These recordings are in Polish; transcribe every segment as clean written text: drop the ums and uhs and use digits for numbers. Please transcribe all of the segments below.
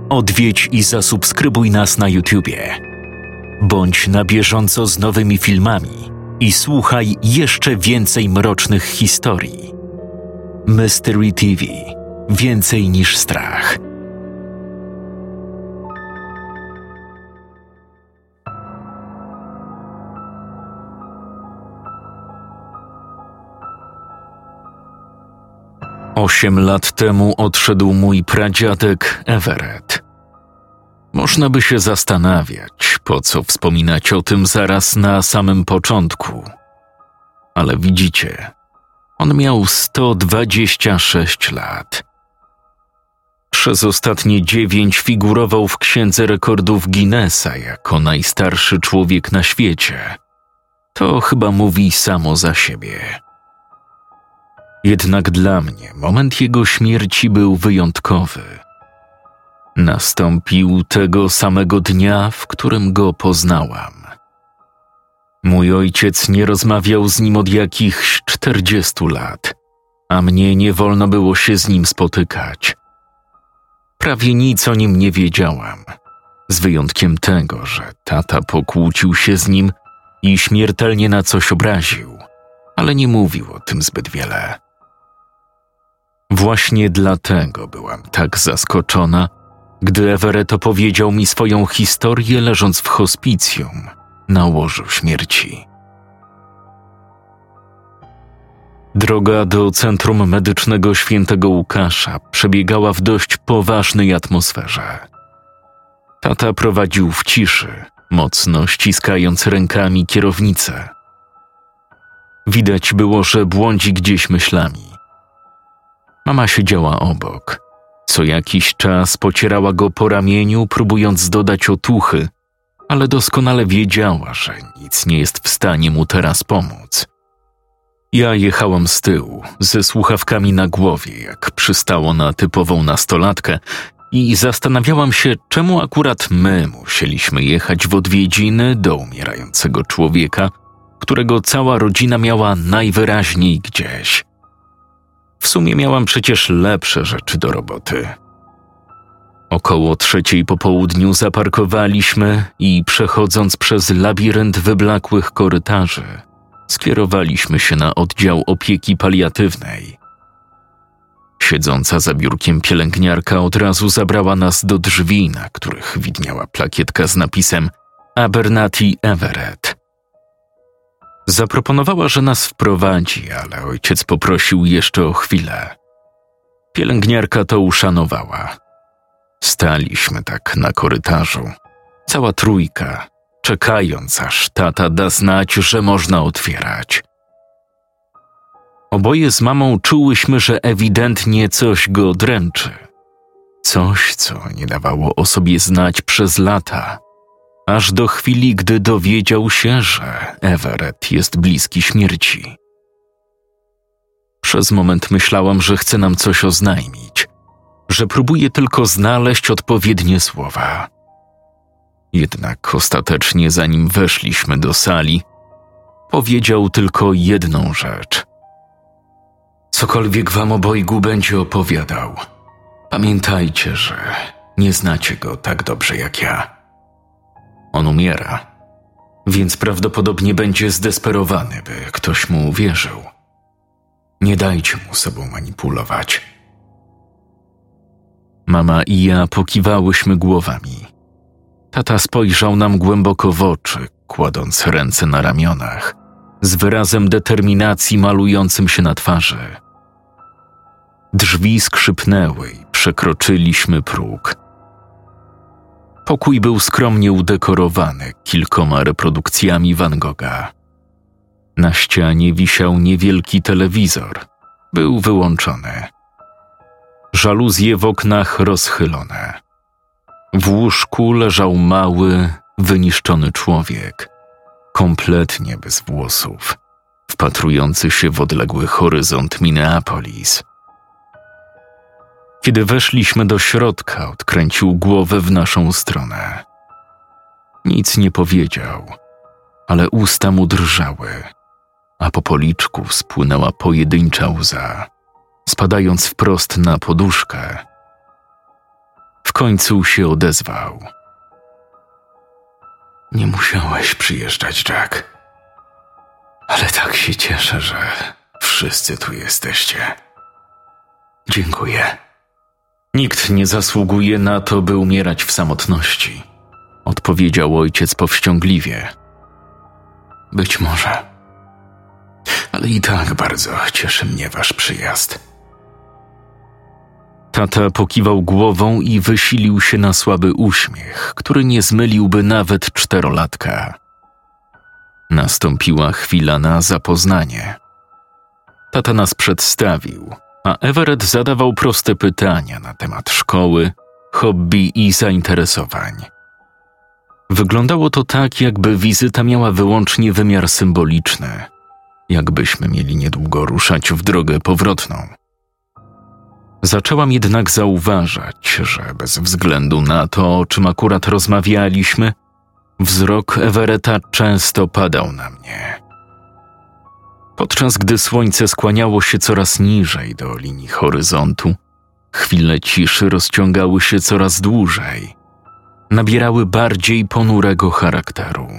Odwiedź i zasubskrybuj nas na YouTubie. Bądź na bieżąco z nowymi filmami i słuchaj jeszcze więcej mrocznych historii. Mystery TV. Więcej niż strach. Osiem lat temu odszedł mój pradziadek Everett. Można by się zastanawiać, po co wspominać o tym zaraz na samym początku. Ale widzicie, on miał 126 lat. Przez ostatnie 9 figurował w Księdze Rekordów Guinnessa jako najstarszy człowiek na świecie. To chyba mówi samo za siebie. Jednak dla mnie moment jego śmierci był wyjątkowy. Nastąpił tego samego dnia, w którym go poznałam. Mój ojciec nie rozmawiał z nim od jakichś 40 lat, a mnie nie wolno było się z nim spotykać. Prawie nic o nim nie wiedziałam, z wyjątkiem tego, że tata pokłócił się z nim i śmiertelnie na coś obraził, ale nie mówił o tym zbyt wiele. Właśnie dlatego byłam tak zaskoczona, gdy Everett opowiedział mi swoją historię leżąc w hospicjum na łożu śmierci. Droga do Centrum Medycznego Świętego Łukasza przebiegała w dość poważnej atmosferze. Tata prowadził w ciszy, mocno ściskając rękami kierownicę. Widać było, że błądzi gdzieś myślami. Mama siedziała obok. Co jakiś czas pocierała go po ramieniu, próbując dodać otuchy, ale doskonale wiedziała, że nic nie jest w stanie mu teraz pomóc. Ja jechałam z tyłu, ze słuchawkami na głowie, jak przystało na typową nastolatkę, i zastanawiałam się, czemu akurat my musieliśmy jechać w odwiedziny do umierającego człowieka, którego cała rodzina miała najwyraźniej gdzieś. W sumie miałam przecież lepsze rzeczy do roboty. Około 3:00 po południu zaparkowaliśmy i przechodząc przez labirynt wyblakłych korytarzy, skierowaliśmy się na oddział opieki paliatywnej. Siedząca za biurkiem pielęgniarka od razu zabrała nas do drzwi, na których widniała plakietka z napisem Abernathy Everett. Zaproponowała, że nas wprowadzi, ale ojciec poprosił jeszcze o chwilę. Pielęgniarka to uszanowała. Staliśmy tak na korytarzu, cała trójka, czekając, aż tata da znać, że można otwierać. Oboje z mamą czułyśmy, że ewidentnie coś go dręczy. Coś, co nie dawało o sobie znać przez lata, aż do chwili, gdy dowiedział się, że Everett jest bliski śmierci. Przez moment myślałam, że chce nam coś oznajmić, że próbuje tylko znaleźć odpowiednie słowa. Jednak ostatecznie, zanim weszliśmy do sali, powiedział tylko jedną rzecz. Cokolwiek wam obojgu będzie opowiadał, pamiętajcie, że nie znacie go tak dobrze jak ja. On umiera, więc prawdopodobnie będzie zdesperowany, by ktoś mu uwierzył. Nie dajcie mu sobą manipulować. Mama i ja pokiwałyśmy głowami. Tata spojrzał nam głęboko w oczy, kładąc ręce na ramionach, z wyrazem determinacji malującym się na twarzy. Drzwi skrzypnęły i przekroczyliśmy próg. Pokój był skromnie udekorowany kilkoma reprodukcjami Van Gogha. Na ścianie wisiał niewielki telewizor. Był wyłączony. Żaluzje w oknach rozchylone. W łóżku leżał mały, wyniszczony człowiek, kompletnie bez włosów, wpatrujący się w odległy horyzont Minneapolis. Kiedy weszliśmy do środka, odkręcił głowę w naszą stronę. Nic nie powiedział, ale usta mu drżały, a po policzku spłynęła pojedyncza łza, spadając wprost na poduszkę. W końcu się odezwał. Nie musiałeś przyjeżdżać, Jack. Ale tak się cieszę, że wszyscy tu jesteście. Dziękuję. Nikt nie zasługuje na to, by umierać w samotności, odpowiedział ojciec powściągliwie. Być może. Ale i tak bardzo cieszy mnie wasz przyjazd. Tata pokiwał głową i wysilił się na słaby uśmiech, który nie zmyliłby nawet 4-latka. Nastąpiła chwila na zapoznanie. Tata nas przedstawił, a Everett zadawał proste pytania na temat szkoły, hobby i zainteresowań. Wyglądało to tak, jakby wizyta miała wyłącznie wymiar symboliczny, jakbyśmy mieli niedługo ruszać w drogę powrotną. Zaczęłam jednak zauważać, że bez względu na to, o czym akurat rozmawialiśmy, wzrok Everetta często padał na mnie. Podczas gdy słońce skłaniało się coraz niżej do linii horyzontu, chwile ciszy rozciągały się coraz dłużej, nabierały bardziej ponurego charakteru.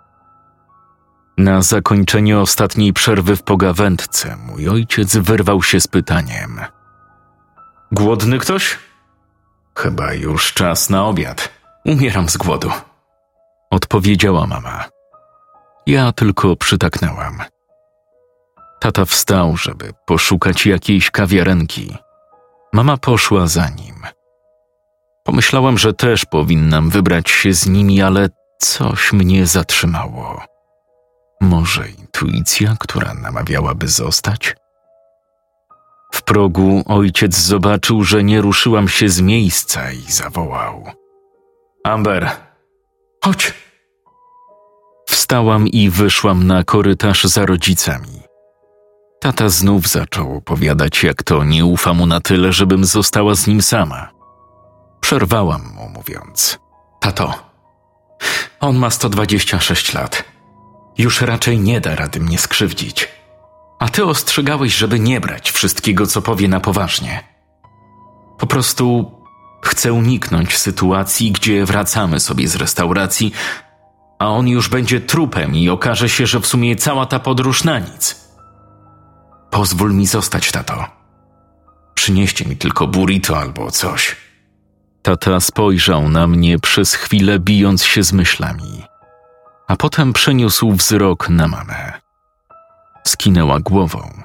Na zakończenie ostatniej przerwy w pogawędce mój ojciec wyrwał się z pytaniem. Głodny ktoś? Chyba już czas na obiad. Umieram z głodu. Odpowiedziała mama. Ja tylko przytaknęłam. Tata wstał, żeby poszukać jakiejś kawiarenki. Mama poszła za nim. Pomyślałam, że też powinnam wybrać się z nimi, ale coś mnie zatrzymało. Może intuicja, która namawiałaby zostać? W progu ojciec zobaczył, że nie ruszyłam się z miejsca i zawołał. Amber, chodź! Wstałam i wyszłam na korytarz za rodzicami. Tata znów zaczął opowiadać, jak to nie ufa mu na tyle, żebym została z nim sama. Przerwałam mu, mówiąc. Tato, on ma 126 lat. Już raczej nie da rady mnie skrzywdzić. A ty ostrzegałeś, żeby nie brać wszystkiego, co powie na poważnie. Po prostu chcę uniknąć sytuacji, gdzie wracamy sobie z restauracji, a on już będzie trupem i okaże się, że w sumie cała ta podróż na nic. Pozwól mi zostać, tato. Przynieście mi tylko burrito albo coś. Tata spojrzał na mnie przez chwilę, bijąc się z myślami, a potem przeniósł wzrok na mamę. Skinęła głową.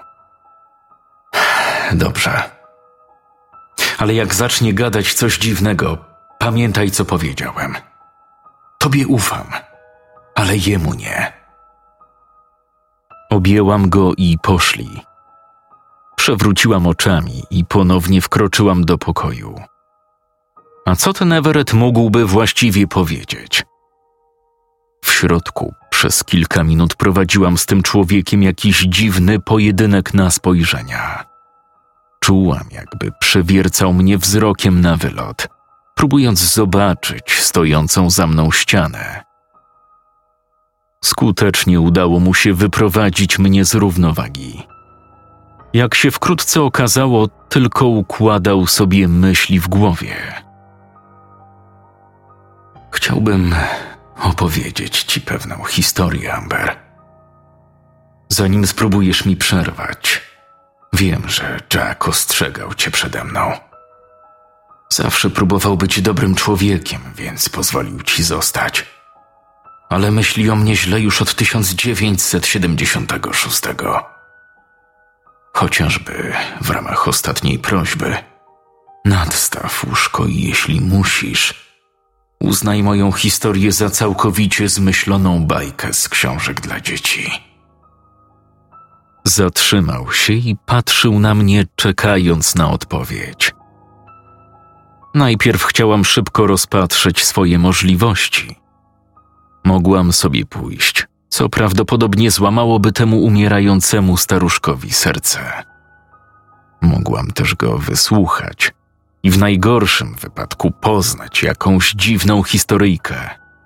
Dobrze. Ale jak zacznie gadać coś dziwnego, pamiętaj, co powiedziałem. Tobie ufam, ale jemu nie. Objęłam go i poszli. Przewróciłam oczami i ponownie wkroczyłam do pokoju. A co ten Everett mógłby właściwie powiedzieć? W środku przez kilka minut prowadziłam z tym człowiekiem jakiś dziwny pojedynek na spojrzenia. Czułam, jakby przewiercał mnie wzrokiem na wylot, próbując zobaczyć stojącą za mną ścianę. Skutecznie udało mu się wyprowadzić mnie z równowagi. Jak się wkrótce okazało, tylko układał sobie myśli w głowie. Chciałbym opowiedzieć ci pewną historię, Amber. Zanim spróbujesz mi przerwać, wiem, że Jack ostrzegał cię przede mną. Zawsze próbował być dobrym człowiekiem, więc pozwolił ci zostać. Ale myśli o mnie źle już od 1976. Chociażby w ramach ostatniej prośby. Nadstaw łóżko i jeśli musisz, uznaj moją historię za całkowicie zmyśloną bajkę z książek dla dzieci. Zatrzymał się i patrzył na mnie, czekając na odpowiedź. Najpierw chciałam szybko rozpatrzeć swoje możliwości. Mogłam sobie pójść, co prawdopodobnie złamałoby temu umierającemu staruszkowi serce. Mogłam też go wysłuchać i w najgorszym wypadku poznać jakąś dziwną historyjkę.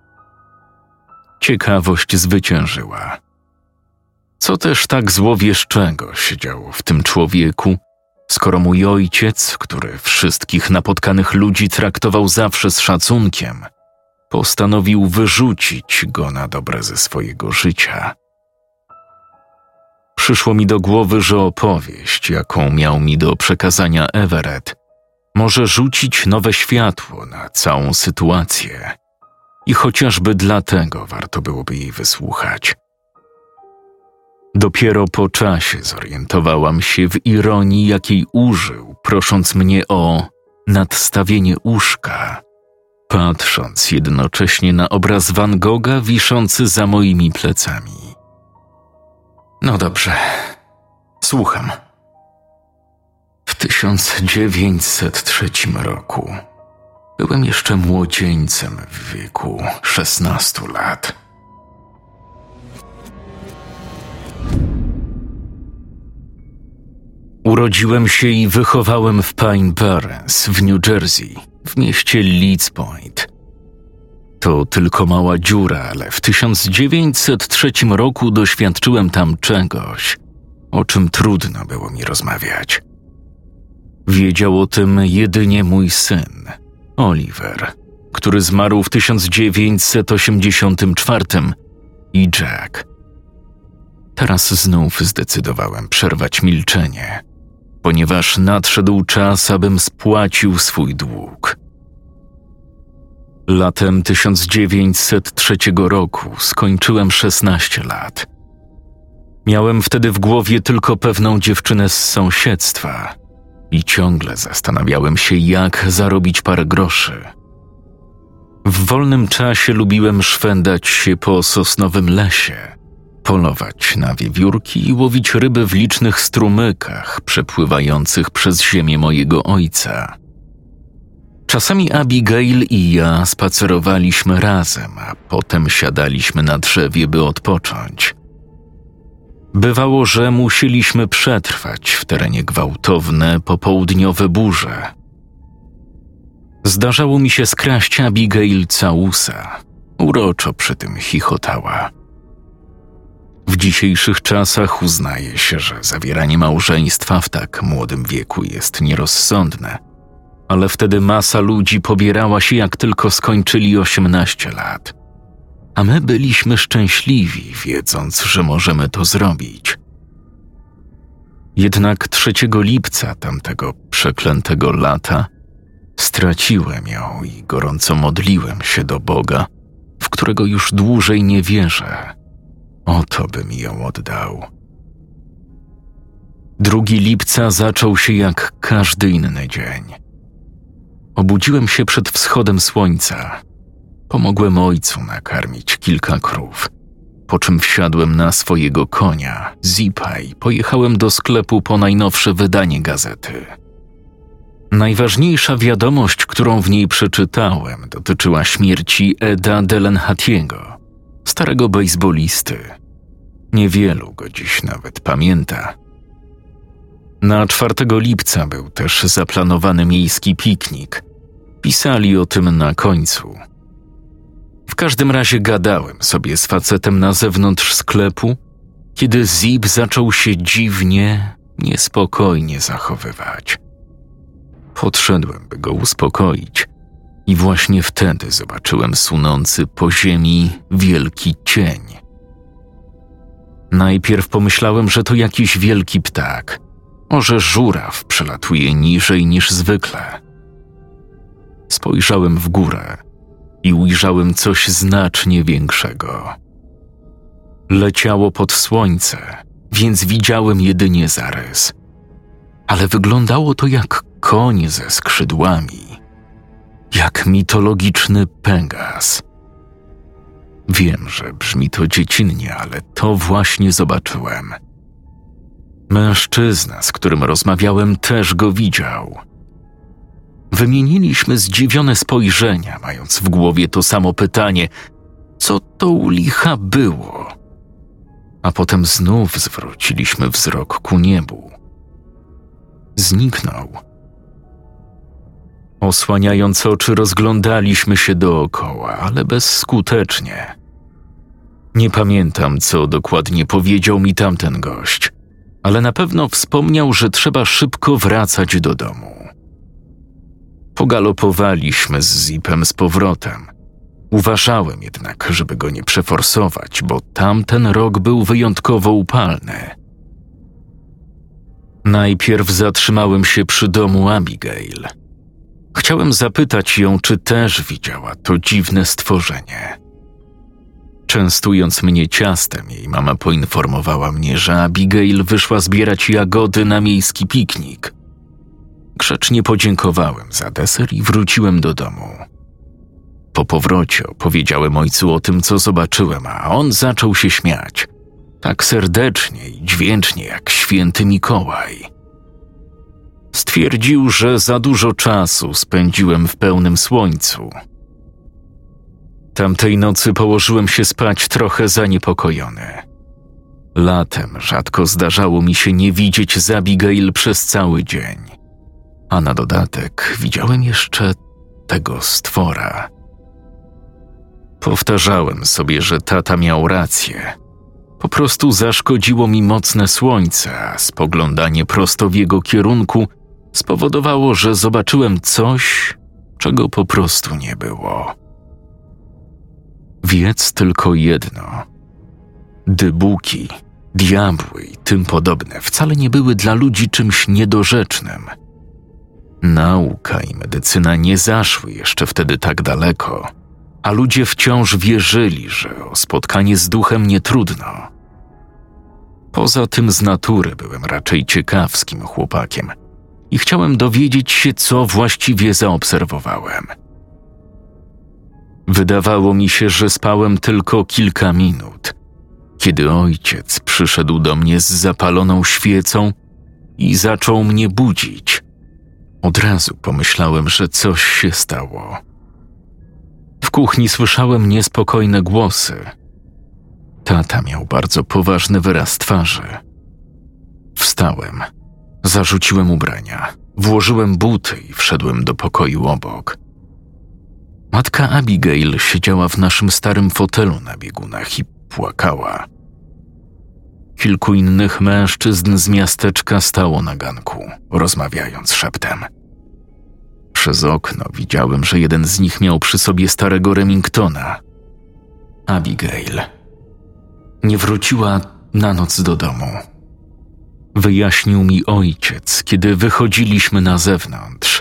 Ciekawość zwyciężyła. Co też tak złowieszczego się działo w tym człowieku, skoro mój ojciec, który wszystkich napotkanych ludzi traktował zawsze z szacunkiem, postanowił wyrzucić go na dobre ze swojego życia. Przyszło mi do głowy, że opowieść, jaką miał mi do przekazania Everett, może rzucić nowe światło na całą sytuację i chociażby dlatego warto byłoby jej wysłuchać. Dopiero po czasie zorientowałam się w ironii, jakiej użył, prosząc mnie o nadstawienie łóżka, patrząc jednocześnie na obraz Van Gogha wiszący za moimi plecami. No dobrze, słucham. W 1903 roku byłem jeszcze młodzieńcem w wieku 16 lat. Urodziłem się i wychowałem w Pine Barrens w New Jersey, w mieście Leeds Point. To tylko mała dziura, ale w 1903 roku doświadczyłem tam czegoś, o czym trudno było mi rozmawiać. Wiedział o tym jedynie mój syn, Oliver, który zmarł w 1984, i Jack. Teraz znów zdecydowałem przerwać milczenie, ponieważ nadszedł czas, abym spłacił swój dług. Latem 1903 roku skończyłem 16 lat. Miałem wtedy w głowie tylko pewną dziewczynę z sąsiedztwa i ciągle zastanawiałem się, jak zarobić parę groszy. W wolnym czasie lubiłem szwendać się po sosnowym lesie, polować na wiewiórki i łowić ryby w licznych strumykach przepływających przez ziemię mojego ojca. Czasami Abigail i ja spacerowaliśmy razem, a potem siadaliśmy na drzewie, by odpocząć. Bywało, że musieliśmy przetrwać w terenie gwałtowne, popołudniowe burze. Zdarzało mi się skraść Abigail całusa. Uroczo przy tym chichotała. W dzisiejszych czasach uznaje się, że zawieranie małżeństwa w tak młodym wieku jest nierozsądne, ale wtedy masa ludzi pobierała się, jak tylko skończyli 18 lat. A my byliśmy szczęśliwi, wiedząc, że możemy to zrobić. Jednak 3 lipca tamtego przeklętego lata straciłem ją i gorąco modliłem się do Boga, w którego już dłużej nie wierzę. Oto by mi ją oddał. 2 lipca zaczął się jak każdy inny dzień. Obudziłem się przed wschodem słońca. Pomogłem ojcu nakarmić kilka krów, po czym wsiadłem na swojego konia, Zipa, i pojechałem do sklepu po najnowsze wydanie gazety. Najważniejsza wiadomość, którą w niej przeczytałem, dotyczyła śmierci Eda Delenhatiego, starego bejsbolisty. Niewielu go dziś nawet pamięta. Na 4 lipca był też zaplanowany miejski piknik. Pisali o tym na końcu. W każdym razie gadałem sobie z facetem na zewnątrz sklepu, kiedy Zip zaczął się dziwnie, niespokojnie zachowywać. Podszedłem, by go uspokoić, i właśnie wtedy zobaczyłem sunący po ziemi wielki cień. Najpierw pomyślałem, że to jakiś wielki ptak, może żuraw przelatuje niżej niż zwykle. Spojrzałem w górę i ujrzałem coś znacznie większego. Leciało pod słońce, więc widziałem jedynie zarys. Ale wyglądało to jak koń ze skrzydłami, jak mitologiczny Pegas. Wiem, że brzmi to dziecinnie, ale to właśnie zobaczyłem. Mężczyzna, z którym rozmawiałem, też go widział. Wymieniliśmy zdziwione spojrzenia, mając w głowie to samo pytanie: co to u licha było? A potem znów zwróciliśmy wzrok ku niebu. Zniknął. Osłaniając oczy, rozglądaliśmy się dookoła, ale bezskutecznie. Nie pamiętam, co dokładnie powiedział mi tamten gość, ale na pewno wspomniał, że trzeba szybko wracać do domu. Pogalopowaliśmy z Zipem z powrotem. Uważałem jednak, żeby go nie przeforsować, bo tamten rok był wyjątkowo upalny. Najpierw zatrzymałem się przy domu Abigail. Chciałem zapytać ją, czy też widziała to dziwne stworzenie. Częstując mnie ciastem, jej mama poinformowała mnie, że Abigail wyszła zbierać jagody na miejski piknik. Grzecznie podziękowałem za deser i wróciłem do domu. Po powrocie opowiedziałem ojcu o tym, co zobaczyłem, a on zaczął się śmiać. Tak serdecznie i dźwięcznie jak święty Mikołaj. Stwierdził, że za dużo czasu spędziłem w pełnym słońcu. Tamtej nocy położyłem się spać trochę zaniepokojony. Latem rzadko zdarzało mi się nie widzieć z Abigail przez cały dzień. A na dodatek widziałem jeszcze tego stwora. Powtarzałem sobie, że tata miał rację. Po prostu zaszkodziło mi mocne słońce, a spoglądanie prosto w jego kierunku spowodowało, że zobaczyłem coś, czego po prostu nie było. Wiedz tylko jedno. Dybuki, diabły i tym podobne wcale nie były dla ludzi czymś niedorzecznym. Nauka i medycyna nie zaszły jeszcze wtedy tak daleko, a ludzie wciąż wierzyli, że o spotkanie z duchem nie trudno. Poza tym z natury byłem raczej ciekawskim chłopakiem i chciałem dowiedzieć się, co właściwie zaobserwowałem. Wydawało mi się, że spałem tylko kilka minut, kiedy ojciec przyszedł do mnie z zapaloną świecą i zaczął mnie budzić. Od razu pomyślałem, że coś się stało. W kuchni słyszałem niespokojne głosy. Tata miał bardzo poważny wyraz twarzy. Wstałem, zarzuciłem ubrania, włożyłem buty i wszedłem do pokoju obok. Matka Abigail siedziała w naszym starym fotelu na biegunach i płakała. Kilku innych mężczyzn z miasteczka stało na ganku, rozmawiając szeptem. Przez okno widziałem, że jeden z nich miał przy sobie starego Remingtona. Abigail nie wróciła na noc do domu. Wyjaśnił mi ojciec, kiedy wychodziliśmy na zewnątrz.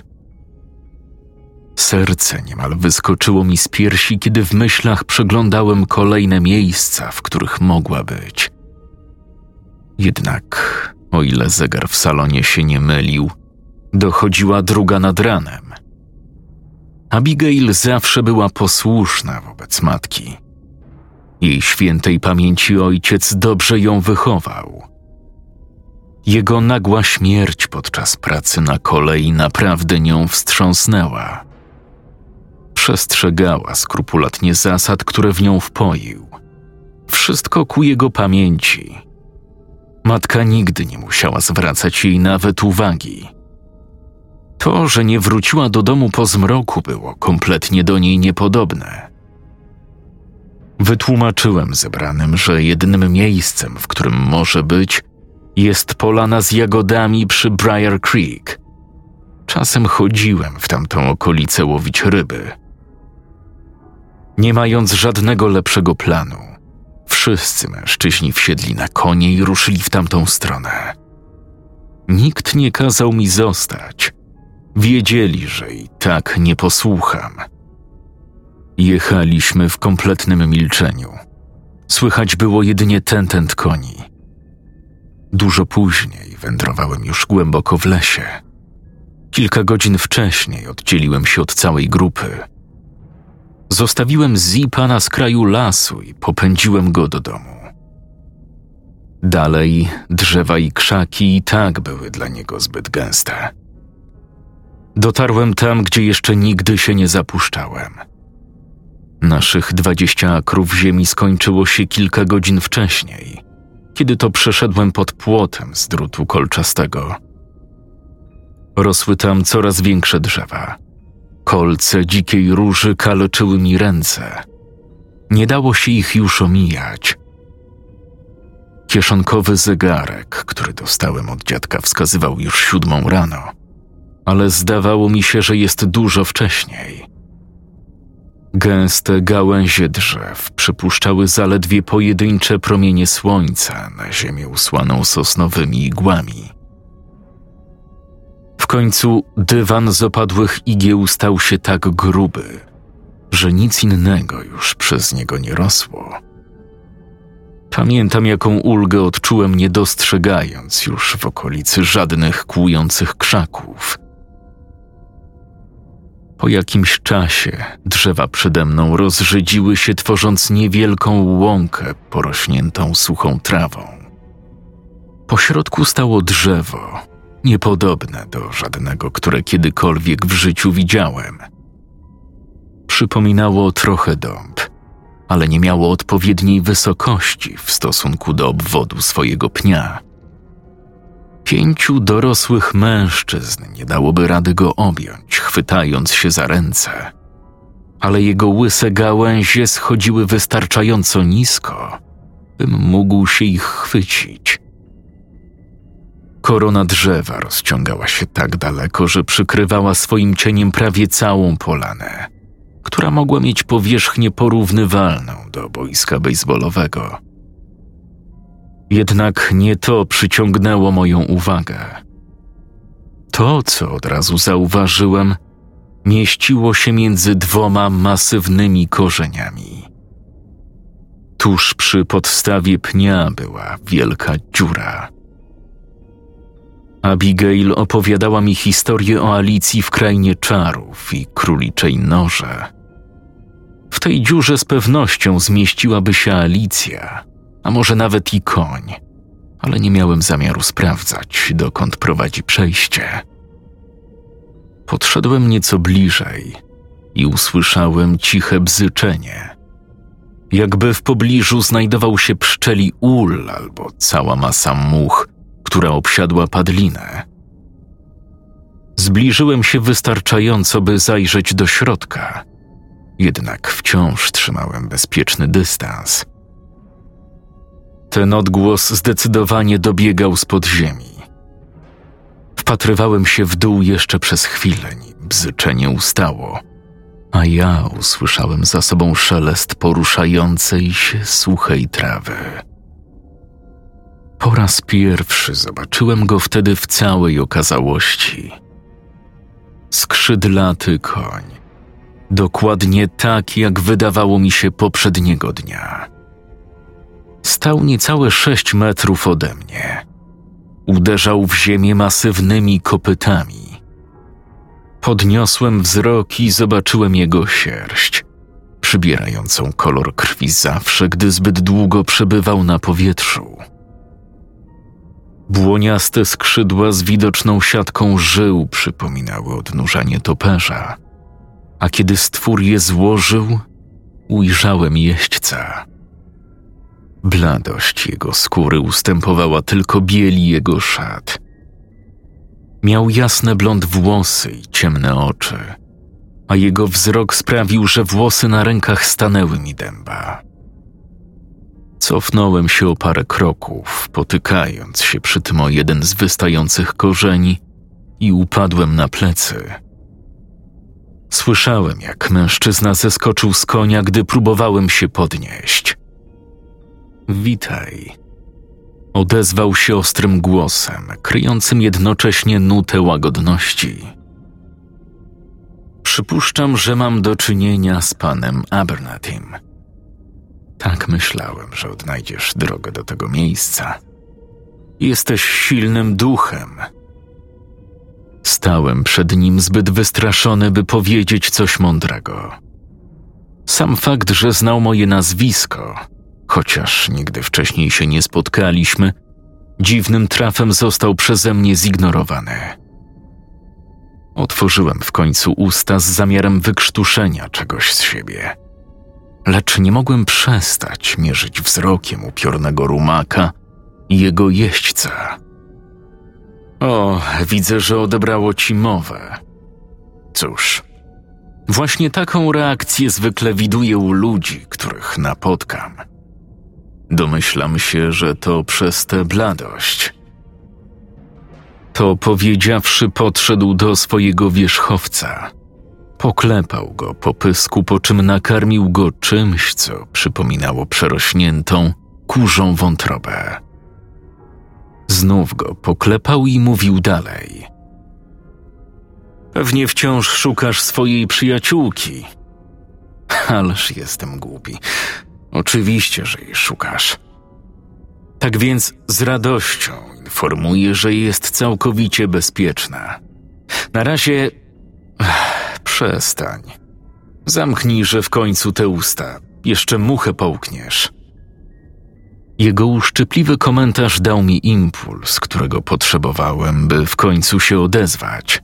Serce niemal wyskoczyło mi z piersi, kiedy w myślach przeglądałem kolejne miejsca, w których mogła być. Jednak, o ile zegar w salonie się nie mylił, dochodziła 2 nad ranem. Abigail zawsze była posłuszna wobec matki. Jej świętej pamięci ojciec dobrze ją wychował. Jego nagła śmierć podczas pracy na kolei naprawdę nią wstrząsnęła. Przestrzegała skrupulatnie zasad, które w nią wpoił. Wszystko ku jego pamięci. Matka nigdy nie musiała zwracać jej nawet uwagi. To, że nie wróciła do domu po zmroku, było kompletnie do niej niepodobne. Wytłumaczyłem zebranym, że jedynym miejscem, w którym może być, jest polana z jagodami przy Briar Creek. Czasem chodziłem w tamtą okolicę łowić ryby. Nie mając żadnego lepszego planu, wszyscy mężczyźni wsiedli na konie i ruszyli w tamtą stronę. Nikt nie kazał mi zostać. Wiedzieli, że i tak nie posłucham. Jechaliśmy w kompletnym milczeniu. Słychać było jedynie tentent koni. Dużo później wędrowałem już głęboko w lesie. Kilka godzin wcześniej oddzieliłem się od całej grupy. Zostawiłem Zipa na skraju lasu i popędziłem go do domu. Dalej drzewa i krzaki i tak były dla niego zbyt gęste. Dotarłem tam, gdzie jeszcze nigdy się nie zapuszczałem. Naszych 20 akrów ziemi skończyło się kilka godzin wcześniej, kiedy to przeszedłem pod płotem z drutu kolczastego. Rosły tam coraz większe drzewa. Kolce dzikiej róży kaleczyły mi ręce. Nie dało się ich już omijać. Kieszonkowy zegarek, który dostałem od dziadka, wskazywał już 7 rano, ale zdawało mi się, że jest dużo wcześniej. Gęste gałęzie drzew przypuszczały zaledwie pojedyncze promienie słońca na ziemię usłaną sosnowymi igłami. W końcu dywan z opadłych igieł stał się tak gruby, że nic innego już przez niego nie rosło. Pamiętam, jaką ulgę odczułem, nie dostrzegając już w okolicy żadnych kłujących krzaków. Po jakimś czasie drzewa przede mną rozrzedziły się, tworząc niewielką łąkę porośniętą suchą trawą. Po środku stało drzewo, niepodobne do żadnego, które kiedykolwiek w życiu widziałem. Przypominało trochę dąb, ale nie miało odpowiedniej wysokości w stosunku do obwodu swojego pnia. 5 dorosłych mężczyzn nie dałoby rady go objąć, chwytając się za ręce, ale jego łyse gałęzie schodziły wystarczająco nisko, bym mógł się ich chwycić. Korona drzewa rozciągała się tak daleko, że przykrywała swoim cieniem prawie całą polanę, która mogła mieć powierzchnię porównywalną do boiska bejsbolowego. Jednak nie to przyciągnęło moją uwagę. To, co od razu zauważyłem, mieściło się między 2 masywnymi korzeniami. Tuż przy podstawie pnia była wielka dziura. Abigail opowiadała mi historię o Alicji w Krainie Czarów i Króliczej Norze. W tej dziurze z pewnością zmieściłaby się Alicja, a może nawet i koń, ale nie miałem zamiaru sprawdzać, dokąd prowadzi przejście. Podszedłem nieco bliżej i usłyszałem ciche bzyczenie. Jakby w pobliżu znajdował się pszczeli ul albo cała masa much, która obsiadła padlinę. Zbliżyłem się wystarczająco, by zajrzeć do środka, jednak wciąż trzymałem bezpieczny dystans. Ten odgłos zdecydowanie dobiegał z podziemi. Wpatrywałem się w dół jeszcze przez chwilę, nim bzyczenie ustało, a ja usłyszałem za sobą szelest poruszającej się suchej trawy. Po raz pierwszy zobaczyłem go wtedy w całej okazałości. Skrzydlaty koń, dokładnie tak, jak wydawało mi się poprzedniego dnia. Stał niecałe 6 metrów ode mnie. Uderzał w ziemię masywnymi kopytami. Podniosłem wzrok i zobaczyłem jego sierść, przybierającą kolor krwi zawsze, gdy zbyt długo przebywał na powietrzu. Błoniaste skrzydła z widoczną siatką żył przypominały odnurzanie toperza, a kiedy stwór je złożył, ujrzałem jeźdźca. Bladość jego skóry ustępowała tylko bieli jego szat. Miał jasne blond włosy i ciemne oczy, a jego wzrok sprawił, że włosy na rękach stanęły mi dęba. Cofnąłem się o parę kroków, potykając się przy tym o jeden z wystających korzeni i upadłem na plecy. Słyszałem, jak mężczyzna zeskoczył z konia, gdy próbowałem się podnieść. Witaj. Odezwał się ostrym głosem, kryjącym jednocześnie nutę łagodności. Przypuszczam, że mam do czynienia z panem Abernathy. Tak myślałem, że odnajdziesz drogę do tego miejsca. Jesteś silnym duchem. Stałem przed nim zbyt wystraszony, by powiedzieć coś mądrego. Sam fakt, że znał moje nazwisko, chociaż nigdy wcześniej się nie spotkaliśmy, dziwnym trafem został przeze mnie zignorowany. Otworzyłem w końcu usta z zamiarem wykrztuszenia czegoś z siebie, lecz nie mogłem przestać mierzyć wzrokiem upiornego rumaka i jego jeźdźca. O, widzę, że odebrało ci mowę. Cóż, właśnie taką reakcję zwykle widuję u ludzi, których napotkam. Domyślam się, że to przez tę bladość. To powiedziawszy, podszedł do swojego wierzchowca. Poklepał go po pysku, po czym nakarmił go czymś, co przypominało przerośniętą, kurzą wątrobę. Znów go poklepał i mówił dalej. Pewnie wciąż szukasz swojej przyjaciółki. Ależ jestem głupi. Oczywiście, że jej szukasz. Tak więc z radością informuję, że jest całkowicie bezpieczna. Na razie... Przestań. Zamknijże w końcu te usta. Jeszcze muchę połkniesz. Jego uszczypliwy komentarz dał mi impuls, którego potrzebowałem, by w końcu się odezwać.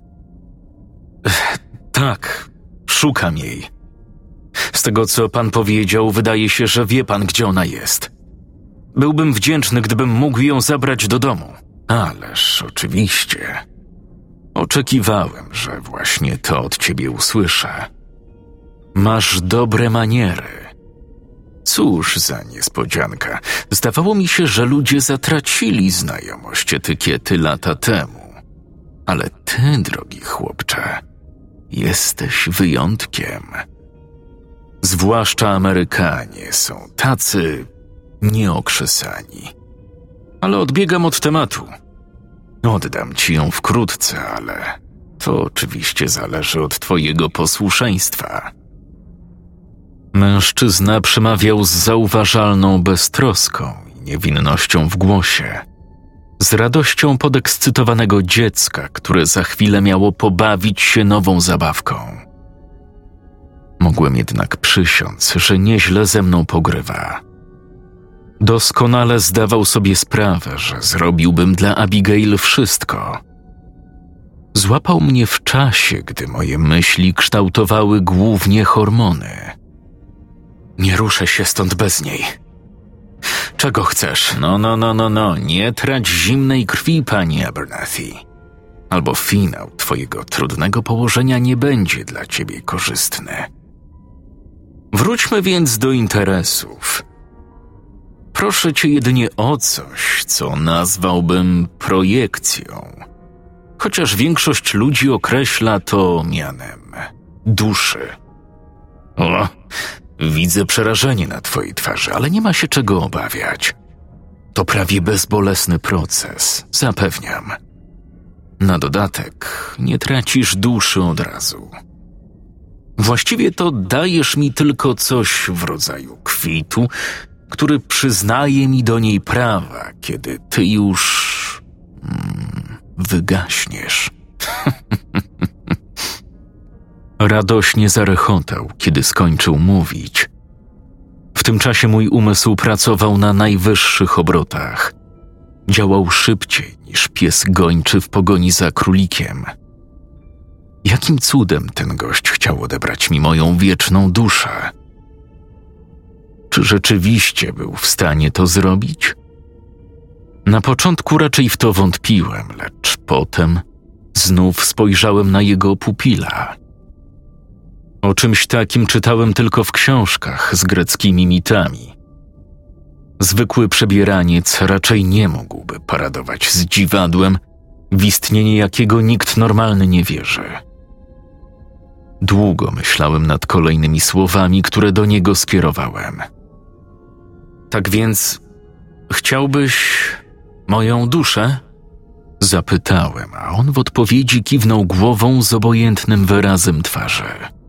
Tak, szukam jej. Z tego, co pan powiedział, wydaje się, że wie pan, gdzie ona jest. Byłbym wdzięczny, gdybym mógł ją zabrać do domu. Ależ oczywiście. Oczekiwałem, że właśnie to od ciebie usłyszę. Masz dobre maniery. Cóż za niespodzianka. Zdawało mi się, że ludzie zatracili znajomość etykiety lata temu. Ale ty, drogi chłopcze, jesteś wyjątkiem. Zwłaszcza Amerykanie są tacy nieokrzesani. Ale odbiegam od tematu. Oddam ci ją wkrótce, ale to oczywiście zależy od twojego posłuszeństwa. Mężczyzna przemawiał z zauważalną beztroską i niewinnością w głosie. Z radością podekscytowanego dziecka, które za chwilę miało pobawić się nową zabawką. Mogłem jednak przysiąc, że nieźle ze mną pogrywa. Doskonale zdawał sobie sprawę, że zrobiłbym dla Abigail wszystko. Złapał mnie w czasie, gdy moje myśli kształtowały głównie hormony. Nie ruszę się stąd bez niej. Czego chcesz? No, nie trać zimnej krwi, pani Abernathy. Albo finał twojego trudnego położenia nie będzie dla ciebie korzystny. Wróćmy więc do interesów. Proszę cię jedynie o coś, co nazwałbym projekcją. Chociaż większość ludzi określa to mianem duszy. O, widzę przerażenie na twojej twarzy, ale nie ma się czego obawiać. To prawie bezbolesny proces, zapewniam. Na dodatek nie tracisz duszy od razu. Właściwie to dajesz mi tylko coś w rodzaju kwitu, który przyznaje mi do niej prawa, kiedy ty już wygaśniesz. Radośnie zarechotał, kiedy skończył mówić. W tym czasie mój umysł pracował na najwyższych obrotach. Działał szybciej niż pies gończy w pogoni za królikiem. Jakim cudem ten gość chciał odebrać mi moją wieczną duszę? Czy rzeczywiście był w stanie to zrobić? Na początku raczej w to wątpiłem, lecz potem znów spojrzałem na jego pupila. O czymś takim czytałem tylko w książkach z greckimi mitami. Zwykły przebieraniec raczej nie mógłby paradować z dziwadłem, w istnienie jakiego nikt normalny nie wierzy. Długo myślałem nad kolejnymi słowami, które do niego skierowałem. Tak więc, chciałbyś moją duszę? Zapytałem, a on w odpowiedzi kiwnął głową z obojętnym wyrazem twarzy.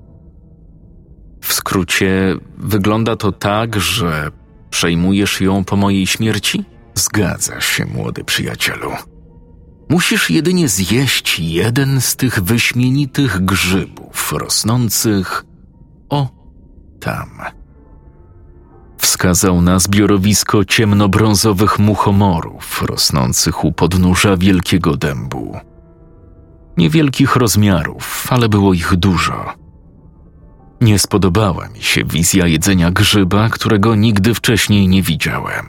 W skrócie, wygląda to tak, że przejmujesz ją po mojej śmierci? Zgadza się, młody przyjacielu. Musisz jedynie zjeść jeden z tych wyśmienitych grzybów rosnących tam. Wskazał na zbiorowisko ciemnobrązowych muchomorów rosnących u podnóża wielkiego dębu. Niewielkich rozmiarów, ale było ich dużo. Nie spodobała mi się wizja jedzenia grzyba, którego nigdy wcześniej nie widziałem.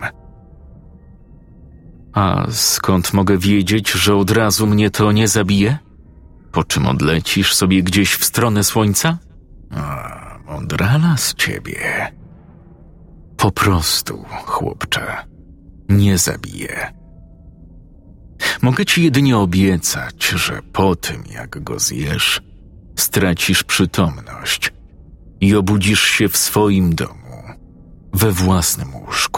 A skąd mogę wiedzieć, że od razu mnie to nie zabije? Po czym odlecisz sobie gdzieś w stronę słońca? Mądrala z ciebie. Po prostu, chłopcze, nie zabiję. Mogę ci jedynie obiecać, że po tym, jak go zjesz, stracisz przytomność i obudzisz się w swoim domu, we własnym łóżku.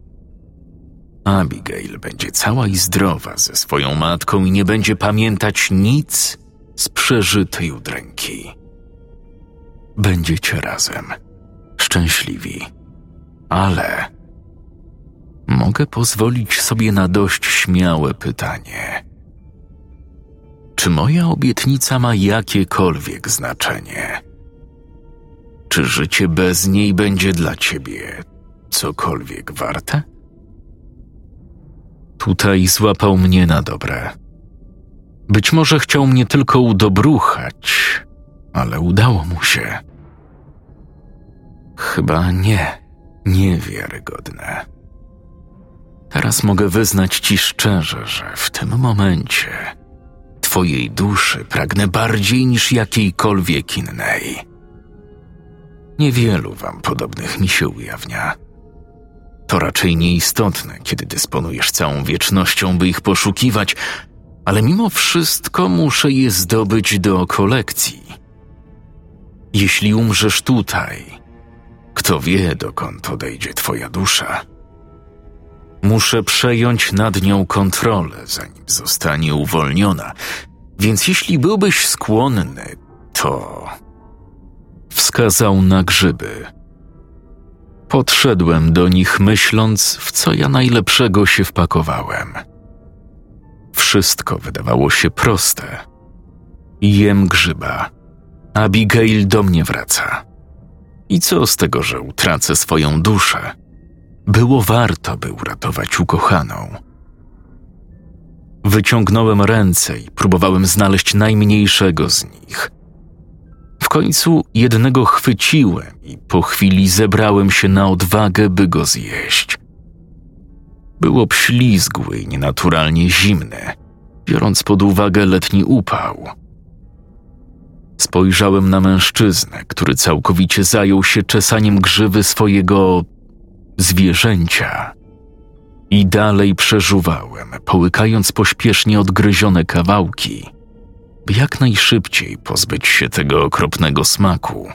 Abigail będzie cała i zdrowa ze swoją matką i nie będzie pamiętać nic z przeżytej udręki. Będziecie razem, szczęśliwi, ale mogę pozwolić sobie na dość śmiałe pytanie. Czy moja obietnica ma jakiekolwiek znaczenie? Czy życie bez niej będzie dla ciebie cokolwiek warte? Tutaj złapał mnie na dobre. Być może chciał mnie tylko udobruchać, ale udało mu się. Chyba niewiarygodne. Teraz mogę wyznać ci szczerze, że w tym momencie twojej duszy pragnę bardziej niż jakiejkolwiek innej. Niewielu wam podobnych mi się ujawnia. To raczej nieistotne, kiedy dysponujesz całą wiecznością, by ich poszukiwać, ale mimo wszystko muszę je zdobyć do kolekcji. Jeśli umrzesz tutaj, kto wie, dokąd odejdzie twoja dusza. Muszę przejąć nad nią kontrolę, zanim zostanie uwolniona, więc jeśli byłbyś skłonny, to... Wskazał na grzyby. Podszedłem do nich, myśląc, w co ja najlepszego się wpakowałem. Wszystko wydawało się proste. Jem grzyba. Abigail do mnie wraca. I co z tego, że utracę swoją duszę? Było warto, by uratować ukochaną. Wyciągnąłem ręce i próbowałem znaleźć najmniejszego z nich. W końcu jednego chwyciłem i po chwili zebrałem się na odwagę, by go zjeść. Był obślizgły i nienaturalnie zimny, biorąc pod uwagę letni upał. Spojrzałem na mężczyznę, który całkowicie zajął się czesaniem grzywy swojego zwierzęcia. I dalej przeżuwałem, połykając pośpiesznie odgryzione kawałki, by jak najszybciej pozbyć się tego okropnego smaku.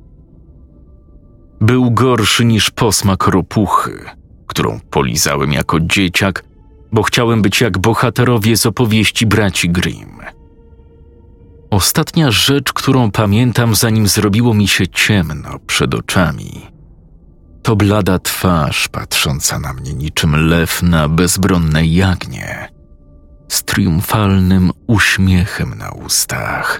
Był gorszy niż posmak ropuchy, którą polizałem jako dzieciak, bo chciałem być jak bohaterowie z opowieści braci Grimm. Ostatnia rzecz, którą pamiętam, zanim zrobiło mi się ciemno przed oczami, to blada twarz patrząca na mnie niczym lew na bezbronne jagnię, z triumfalnym uśmiechem na ustach.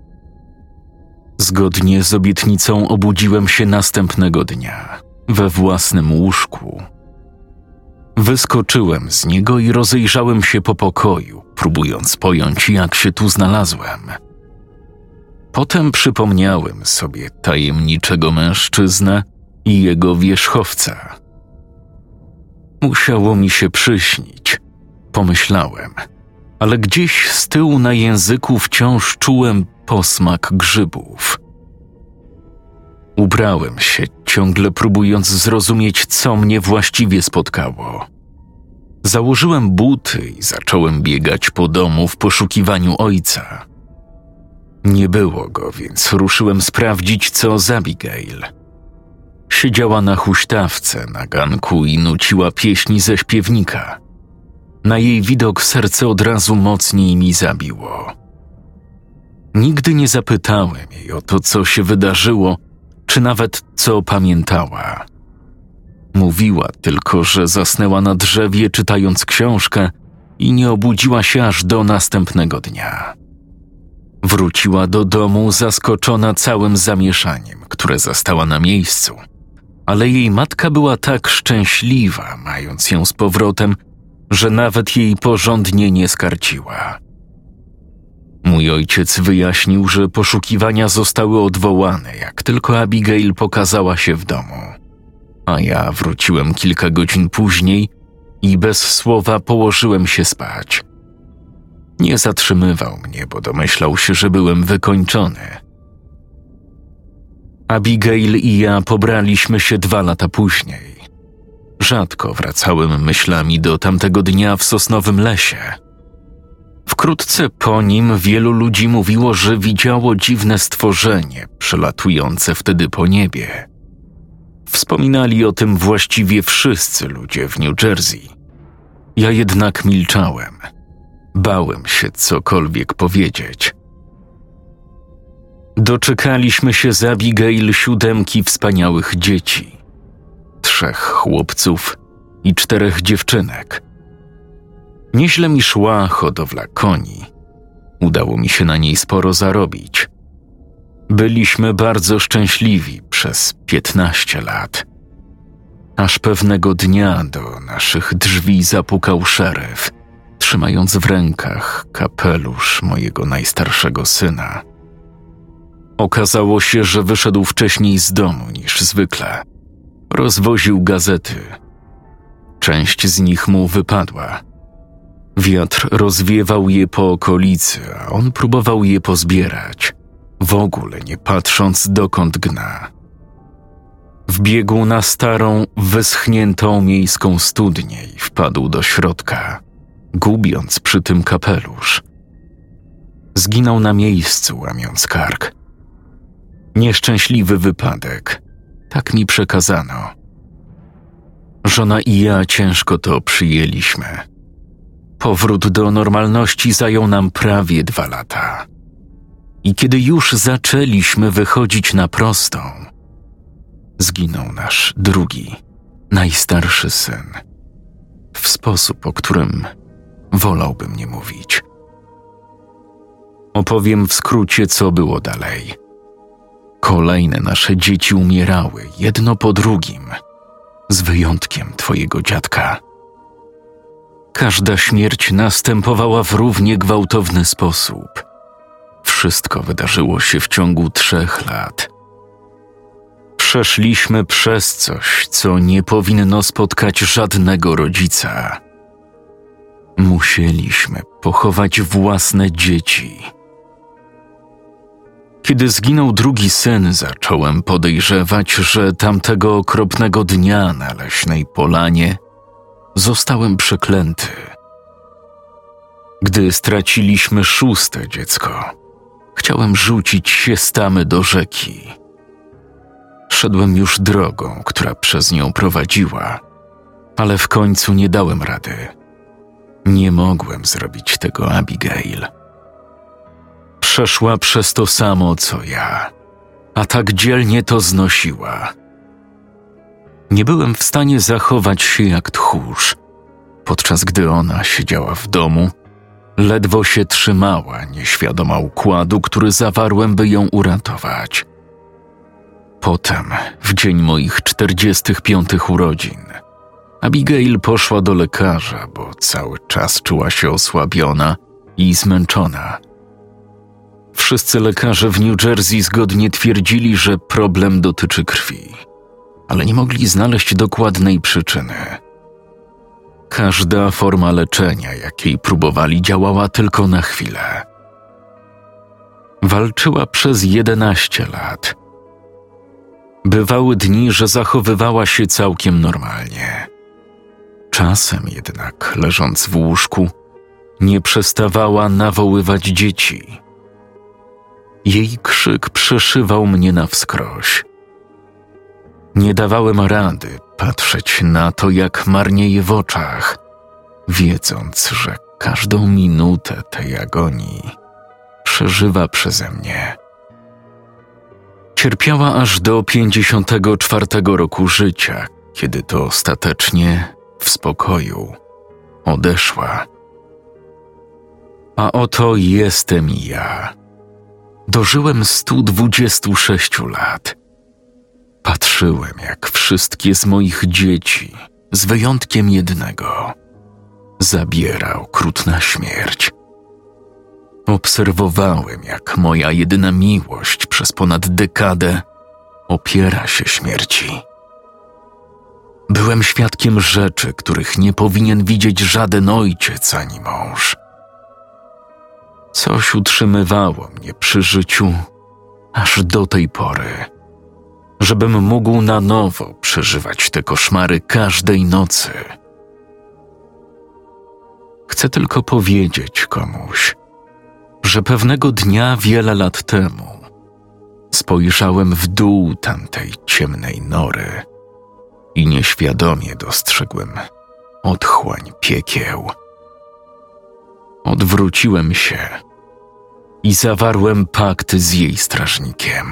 Zgodnie z obietnicą obudziłem się następnego dnia, we własnym łóżku. Wyskoczyłem z niego i rozejrzałem się po pokoju, próbując pojąć, jak się tu znalazłem. Potem przypomniałem sobie tajemniczego mężczyznę i jego wierzchowca. Musiało mi się przyśnić, pomyślałem, ale gdzieś z tyłu na języku wciąż czułem posmak grzybów. Ubrałem się, ciągle próbując zrozumieć, co mnie właściwie spotkało. Założyłem buty i zacząłem biegać po domu w poszukiwaniu ojca. Nie było go, więc ruszyłem sprawdzić, co z Abigail. Siedziała na huśtawce na ganku i nuciła pieśni ze śpiewnika. Na jej widok serce od razu mocniej mi zabiło. Nigdy nie zapytałem jej o to, co się wydarzyło, czy nawet co pamiętała. Mówiła tylko, że zasnęła na drzewie, czytając książkę i nie obudziła się aż do następnego dnia. Wróciła do domu zaskoczona całym zamieszaniem, które zastała na miejscu, ale jej matka była tak szczęśliwa, mając ją z powrotem, że nawet jej porządnie nie skarciła. Mój ojciec wyjaśnił, że poszukiwania zostały odwołane, jak tylko Abigail pokazała się w domu, a ja wróciłem kilka godzin później i bez słowa położyłem się spać. Nie zatrzymywał mnie, bo domyślał się, że byłem wykończony. Abigail i ja pobraliśmy się 2 lata później, Rzadko wracałem myślami do tamtego dnia w sosnowym lesie. Wkrótce po nim wielu ludzi mówiło, że widziało dziwne stworzenie przelatujące wtedy po niebie. Wspominali o tym właściwie wszyscy ludzie w New Jersey. Ja jednak milczałem. Bałem się cokolwiek powiedzieć. Doczekaliśmy się z Abigail 7 wspaniałych dzieci. 3 chłopców i 4 dziewczynek. Nieźle mi szła hodowla koni. Udało mi się na niej sporo zarobić. Byliśmy bardzo szczęśliwi przez 15 lat. Aż pewnego dnia do naszych drzwi zapukał szeryf, trzymając w rękach kapelusz mojego najstarszego syna. Okazało się, że wyszedł wcześniej z domu niż zwykle. Rozwoził gazety. Część z nich mu wypadła. Wiatr rozwiewał je po okolicy, a on próbował je pozbierać, w ogóle nie patrząc dokąd gna. Wbiegł na starą, wyschniętą miejską studnię i wpadł do środka, gubiąc przy tym kapelusz. Zginął na miejscu, łamiąc kark. Nieszczęśliwy wypadek, tak mi przekazano. Żona i ja ciężko to przyjęliśmy. Powrót do normalności zajął nam prawie 2 lata. I kiedy już zaczęliśmy wychodzić na prostą, zginął nasz drugi, najstarszy syn. W sposób, o którym wolałbym nie mówić. Opowiem w skrócie, co było dalej. Kolejne nasze dzieci umierały, jedno po drugim, z wyjątkiem twojego dziadka. Każda śmierć następowała w równie gwałtowny sposób. Wszystko wydarzyło się w ciągu 3 lat. Przeszliśmy przez coś, co nie powinno spotkać żadnego rodzica. Musieliśmy pochować własne dzieci. Kiedy zginął drugi syn, zacząłem podejrzewać, że tamtego okropnego dnia na leśnej polanie zostałem przeklęty. Gdy straciliśmy 6. dziecko, chciałem rzucić się z tamy do rzeki. Szedłem już drogą, która przez nią prowadziła, ale w końcu nie dałem rady. Nie mogłem zrobić tego Abigail. Przeszła przez to samo, co ja, a tak dzielnie to znosiła. Nie byłem w stanie zachować się jak tchórz, podczas gdy ona siedziała w domu, ledwo się trzymała, nieświadoma układu, który zawarłem, by ją uratować. Potem, w dzień moich 45 urodzin, Abigail poszła do lekarza, bo cały czas czuła się osłabiona i zmęczona. Wszyscy lekarze w New Jersey zgodnie twierdzili, że problem dotyczy krwi, ale nie mogli znaleźć dokładnej przyczyny. Każda forma leczenia, jakiej próbowali, działała tylko na chwilę. Walczyła przez 11 lat. Bywały dni, że zachowywała się całkiem normalnie. Czasem jednak, leżąc w łóżku, nie przestawała nawoływać dzieci. Jej krzyk przeszywał mnie na wskroś. Nie dawałem rady patrzeć na to, jak marnieje w oczach, wiedząc, że każdą minutę tej agonii przeżywa przeze mnie. Cierpiała aż do 54 roku życia, kiedy to ostatecznie w spokoju odeszła. A oto jestem ja. Dożyłem 126 lat. Patrzyłem, jak wszystkie z moich dzieci, z wyjątkiem jednego, zabiera okrutna śmierć. Obserwowałem, jak moja jedyna miłość przez ponad dekadę opiera się śmierci. Byłem świadkiem rzeczy, których nie powinien widzieć żaden ojciec ani mąż. Coś utrzymywało mnie przy życiu aż do tej pory, żebym mógł na nowo przeżywać te koszmary każdej nocy. Chcę tylko powiedzieć komuś, że pewnego dnia wiele lat temu spojrzałem w dół tamtej ciemnej nory i nieświadomie dostrzegłem otchłań piekieł. Odwróciłem się i zawarłem pakt z jej strażnikiem.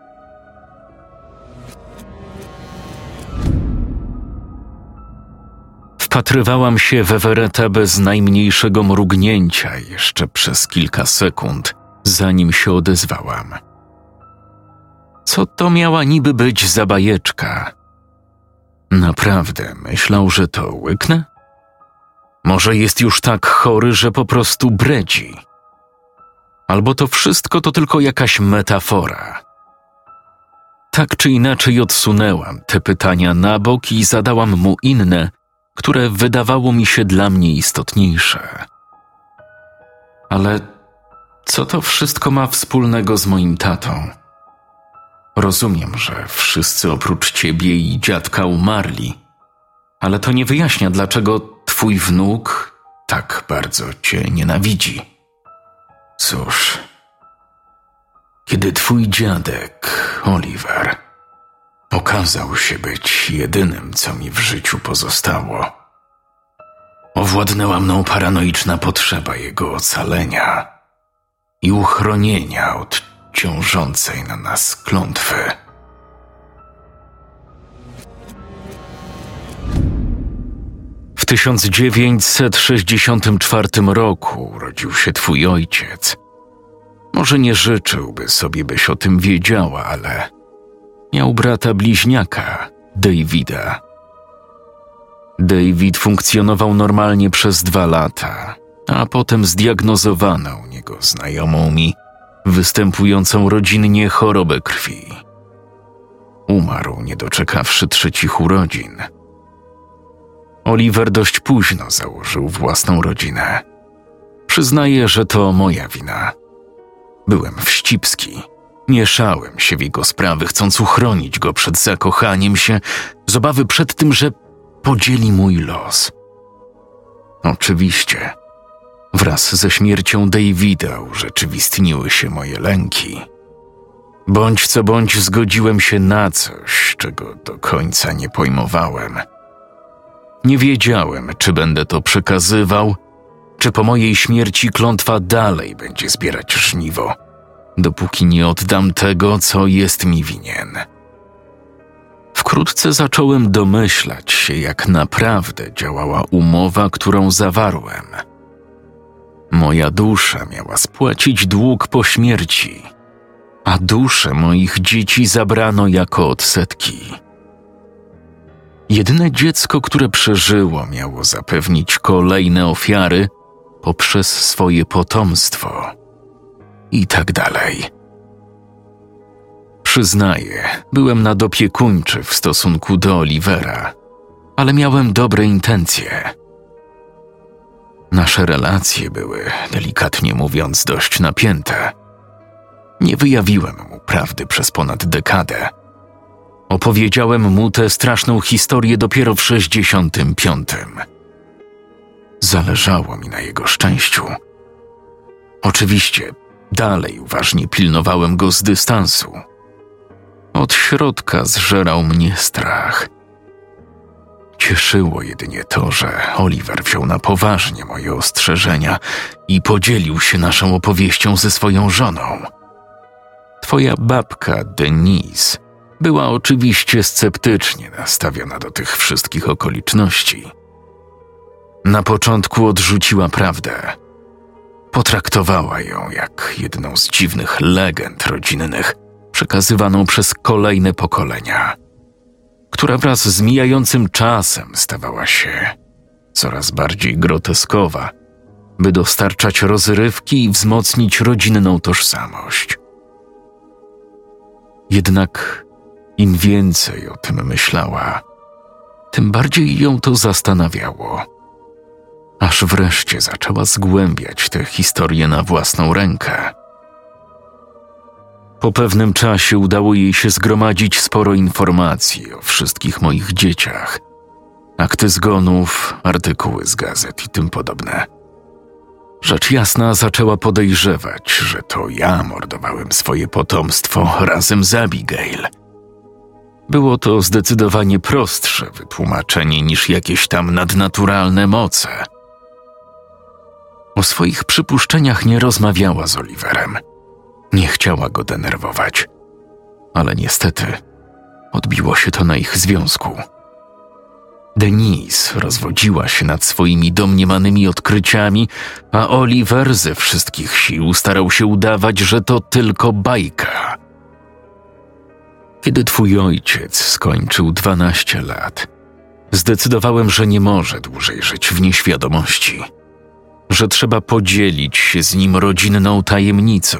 Wpatrywałam się w Everetta bez najmniejszego mrugnięcia jeszcze przez kilka sekund, zanim się odezwałam. Co to miała niby być za bajeczka? Naprawdę myślał, że to łyknę? Może jest już tak chory, że po prostu bredzi? Albo to wszystko to tylko jakaś metafora? Tak czy inaczej odsunęłam te pytania na bok i zadałam mu inne, które wydawało mi się dla mnie istotniejsze. Ale co to wszystko ma wspólnego z moim tatą? Rozumiem, że wszyscy oprócz ciebie i dziadka umarli, ale to nie wyjaśnia, dlaczego twój wnuk tak bardzo cię nienawidzi. Cóż, kiedy twój dziadek, Oliver, okazał się być jedynym, co mi w życiu pozostało, owładnęła mną paranoiczna potrzeba jego ocalenia i uchronienia od ciążącej na nas klątwy. W 1964 roku urodził się twój ojciec. Może nie życzyłby sobie, byś o tym wiedziała, ale miał brata bliźniaka, Davida. David funkcjonował normalnie przez 2 lata, a potem zdiagnozowano u niego znajomą mi występującą rodzinnie chorobę krwi. Umarł, nie doczekawszy 3 urodzin. Oliver dość późno założył własną rodzinę. Przyznaję, że to moja wina. Byłem wścibski. Mieszałem się w jego sprawy, chcąc uchronić go przed zakochaniem się, z obawy przed tym, że podzieli mój los. Oczywiście, wraz ze śmiercią Davida urzeczywistniły się moje lęki. Bądź co bądź zgodziłem się na coś, czego do końca nie pojmowałem. Nie wiedziałem, czy będę to przekazywał, czy po mojej śmierci klątwa dalej będzie zbierać żniwo, dopóki nie oddam tego, co jest mi winien. Wkrótce zacząłem domyślać się, jak naprawdę działała umowa, którą zawarłem. Moja dusza miała spłacić dług po śmierci, a dusze moich dzieci zabrano jako odsetki. Jedyne dziecko, które przeżyło, miało zapewnić kolejne ofiary poprzez swoje potomstwo. I tak dalej. Przyznaję, byłem nadopiekuńczy w stosunku do Olivera, ale miałem dobre intencje. Nasze relacje były, delikatnie mówiąc, dość napięte. Nie wyjawiłem mu prawdy przez ponad dekadę. Opowiedziałem mu tę straszną historię dopiero w 65. Zależało mi na jego szczęściu. Oczywiście dalej uważnie pilnowałem go z dystansu. Od środka zżerał mnie strach. Cieszyło jedynie to, że Oliver wziął na poważnie moje ostrzeżenia i podzielił się naszą opowieścią ze swoją żoną. Twoja babka, Denise, była oczywiście sceptycznie nastawiona do tych wszystkich okoliczności. Na początku odrzuciła prawdę. Potraktowała ją jak jedną z dziwnych legend rodzinnych, przekazywaną przez kolejne pokolenia, która wraz z mijającym czasem stawała się coraz bardziej groteskowa, by dostarczać rozrywki i wzmocnić rodzinną tożsamość. Jednak im więcej o tym myślała, tym bardziej ją to zastanawiało. Aż wreszcie zaczęła zgłębiać tę historię na własną rękę. Po pewnym czasie udało jej się zgromadzić sporo informacji o wszystkich moich dzieciach. Akty zgonów, artykuły z gazet i tym podobne. Rzecz jasna zaczęła podejrzewać, że to ja mordowałem swoje potomstwo razem z Abigail. Było to zdecydowanie prostsze wytłumaczenie niż jakieś tam nadnaturalne moce. O swoich przypuszczeniach nie rozmawiała z Oliverem. Nie chciała go denerwować. Ale niestety odbiło się to na ich związku. Denise rozwodziła się nad swoimi domniemanymi odkryciami, a Oliver ze wszystkich sił starał się udawać, że to tylko bajka. Kiedy twój ojciec skończył 12 lat, zdecydowałem, że nie może dłużej żyć w nieświadomości, że trzeba podzielić się z nim rodzinną tajemnicą.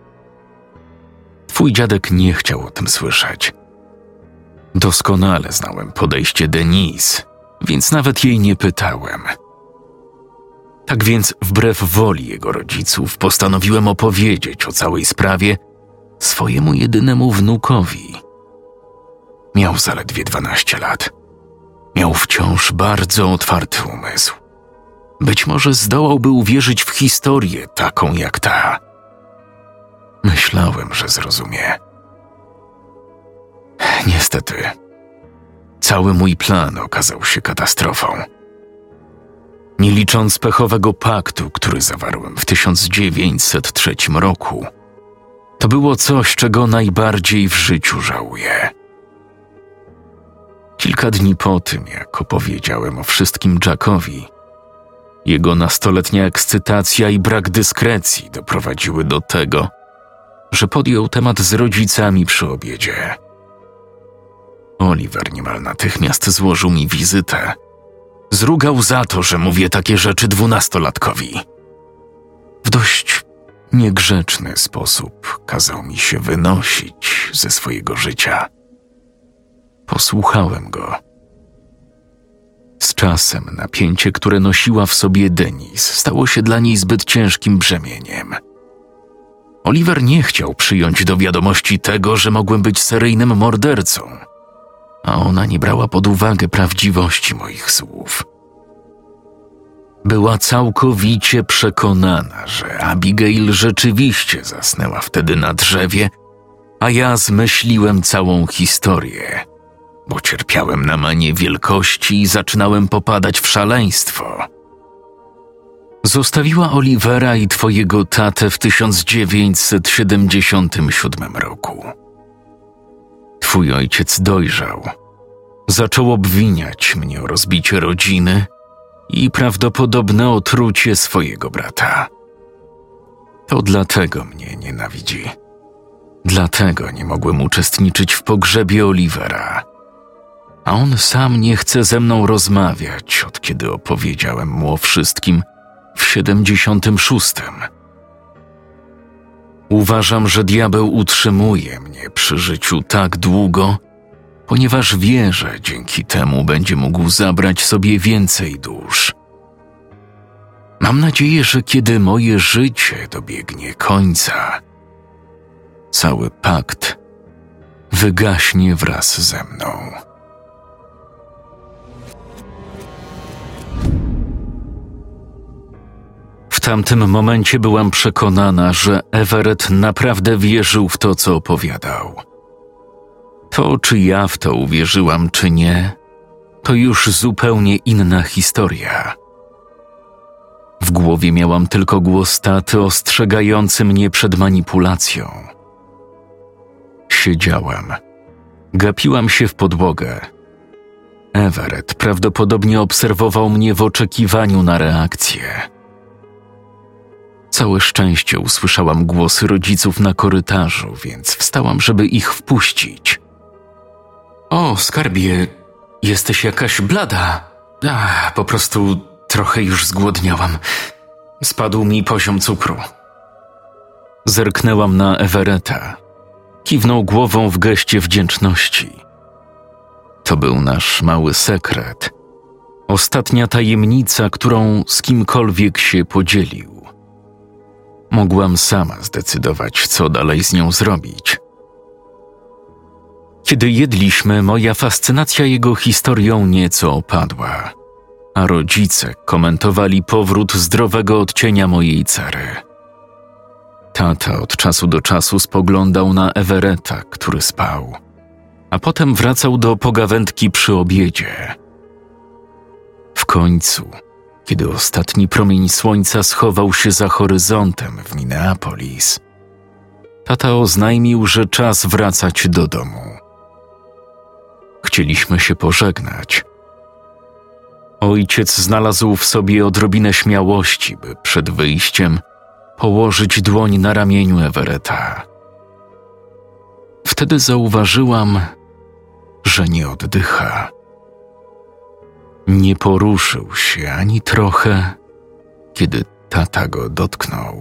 Twój dziadek nie chciał o tym słyszeć. Doskonale znałem podejście Denise, więc nawet jej nie pytałem. Tak więc, wbrew woli jego rodziców, postanowiłem opowiedzieć o całej sprawie swojemu jedynemu wnukowi. Miał zaledwie 12 lat. Miał wciąż bardzo otwarty umysł. Być może zdołałby uwierzyć w historię taką jak ta. Myślałem, że zrozumie. Niestety, cały mój plan okazał się katastrofą. Nie licząc pechowego paktu, który zawarłem w 1903 roku, to było coś, czego najbardziej w życiu żałuję. Kilka dni po tym, jak opowiedziałem o wszystkim Jackowi, jego nastoletnia ekscytacja i brak dyskrecji doprowadziły do tego, że podjął temat z rodzicami przy obiedzie. Oliver niemal natychmiast złożył mi wizytę. Zrugał za to, że mówię takie rzeczy 12-latkowi. W dość niegrzeczny sposób kazał mi się wynosić ze swojego życia. Posłuchałem go. Z czasem napięcie, które nosiła w sobie Denise, stało się dla niej zbyt ciężkim brzemieniem. Oliver nie chciał przyjąć do wiadomości tego, że mogłem być seryjnym mordercą, a ona nie brała pod uwagę prawdziwości moich słów. Była całkowicie przekonana, że Abigail rzeczywiście zasnęła wtedy na drzewie, a ja zmyśliłem całą historię, bo cierpiałem na manię wielkości i zaczynałem popadać w szaleństwo. Zostawiła Olivera i twojego tatę w 1977 roku. Twój ojciec dojrzał. Zaczął obwiniać mnie o rozbicie rodziny i prawdopodobne otrucie swojego brata. To dlatego mnie nienawidzi. Dlatego nie mogłem uczestniczyć w pogrzebie Olivera. A on sam nie chce ze mną rozmawiać, od kiedy opowiedziałem mu o wszystkim w 76. Uważam, że diabeł utrzymuje mnie przy życiu tak długo, ponieważ wie, że dzięki temu będzie mógł zabrać sobie więcej dusz. Mam nadzieję, że kiedy moje życie dobiegnie końca, cały pakt wygaśnie wraz ze mną. W tamtym momencie byłam przekonana, że Everett naprawdę wierzył w to, co opowiadał. To, czy ja w to uwierzyłam, czy nie, to już zupełnie inna historia. W głowie miałam tylko głos taty ostrzegający mnie przed manipulacją. Siedziałam. Gapiłam się w podłogę. Everett prawdopodobnie obserwował mnie w oczekiwaniu na reakcję. Całe szczęście usłyszałam głosy rodziców na korytarzu, więc wstałam, żeby ich wpuścić. O, skarbie, jesteś jakaś blada. Po prostu trochę już zgłodniałam. Spadł mi poziom cukru. Zerknęłam na Everetta. Kiwnął głową w geście wdzięczności. To był nasz mały sekret. Ostatnia tajemnica, którą z kimkolwiek się podzielił. Mogłam sama zdecydować, co dalej z nią zrobić. Kiedy jedliśmy, moja fascynacja jego historią nieco opadła, a rodzice komentowali powrót zdrowego odcienia mojej cery. Tata od czasu do czasu spoglądał na Everetta, który spał, a potem wracał do pogawędki przy obiedzie. W końcu, kiedy ostatni promień słońca schował się za horyzontem w Minneapolis, tata oznajmił, że czas wracać do domu. Chcieliśmy się pożegnać. Ojciec znalazł w sobie odrobinę śmiałości, by przed wyjściem położyć dłoń na ramieniu Everetta. Wtedy zauważyłam, że nie oddycha. Nie poruszył się ani trochę, kiedy tata go dotknął.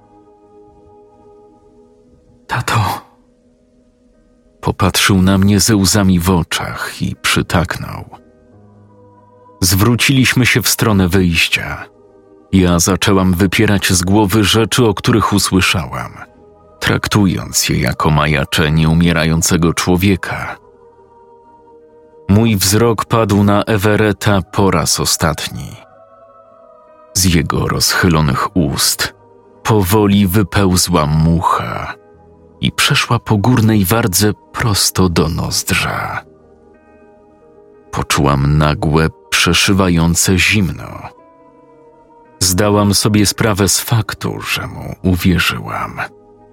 Tato! Popatrzył na mnie ze łzami w oczach i przytaknął. Zwróciliśmy się w stronę wyjścia. Ja zaczęłam wypierać z głowy rzeczy, o których usłyszałam, traktując je jako majaczenie umierającego człowieka. Mój wzrok padł na Everetta po raz ostatni. Z jego rozchylonych ust powoli wypełzła mucha i przeszła po górnej wardze prosto do nozdrza. Poczułam nagłe, przeszywające zimno. Zdałam sobie sprawę z faktu, że mu uwierzyłam.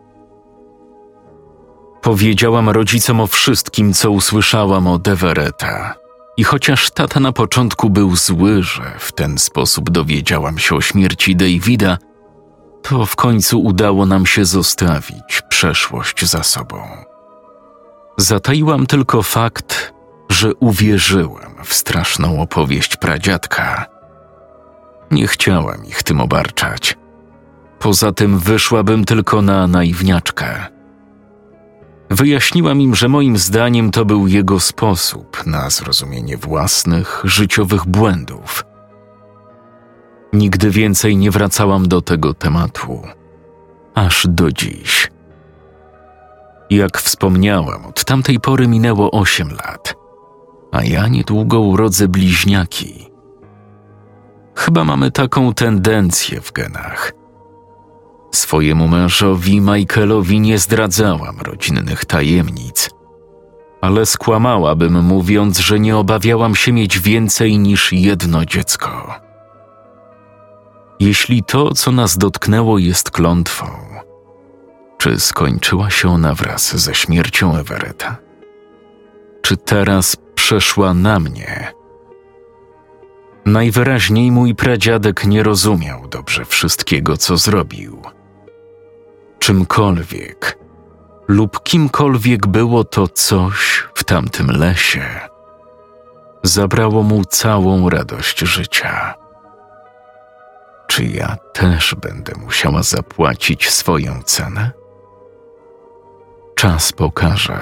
Powiedziałam rodzicom o wszystkim, co usłyszałam od Everetta. I chociaż tata na początku był zły, że w ten sposób dowiedziałam się o śmierci Davida, to w końcu udało nam się zostawić przeszłość za sobą. Zataiłam tylko fakt, że uwierzyłam w straszną opowieść pradziadka. Nie chciałam ich tym obarczać. Poza tym wyszłabym tylko na naiwniaczkę. Wyjaśniłam im, że moim zdaniem to był jego sposób na zrozumienie własnych, życiowych błędów. Nigdy więcej nie wracałam do tego tematu. Aż do dziś. Jak wspomniałam, od tamtej pory minęło 8 lat, a ja niedługo urodzę bliźniaki. Chyba mamy taką tendencję w genach. Swojemu mężowi Michaelowi nie zdradzałam rodzinnych tajemnic, ale skłamałabym, mówiąc, że nie obawiałam się mieć więcej niż jedno dziecko. Jeśli to, co nas dotknęło, jest klątwą, czy skończyła się ona wraz ze śmiercią Everetta? Czy teraz przeszła na mnie? Najwyraźniej mój pradziadek nie rozumiał dobrze wszystkiego, co zrobił. Czymkolwiek lub kimkolwiek było to coś w tamtym lesie, zabrało mu całą radość życia. Czy ja też będę musiała zapłacić swoją cenę? Czas pokaże.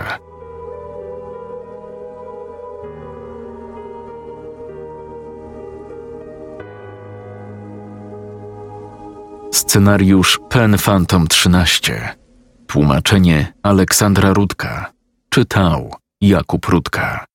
Scenariusz Pen Phantom 13. Tłumaczenie Aleksandra Rudka. Czytał Jakub Rudka.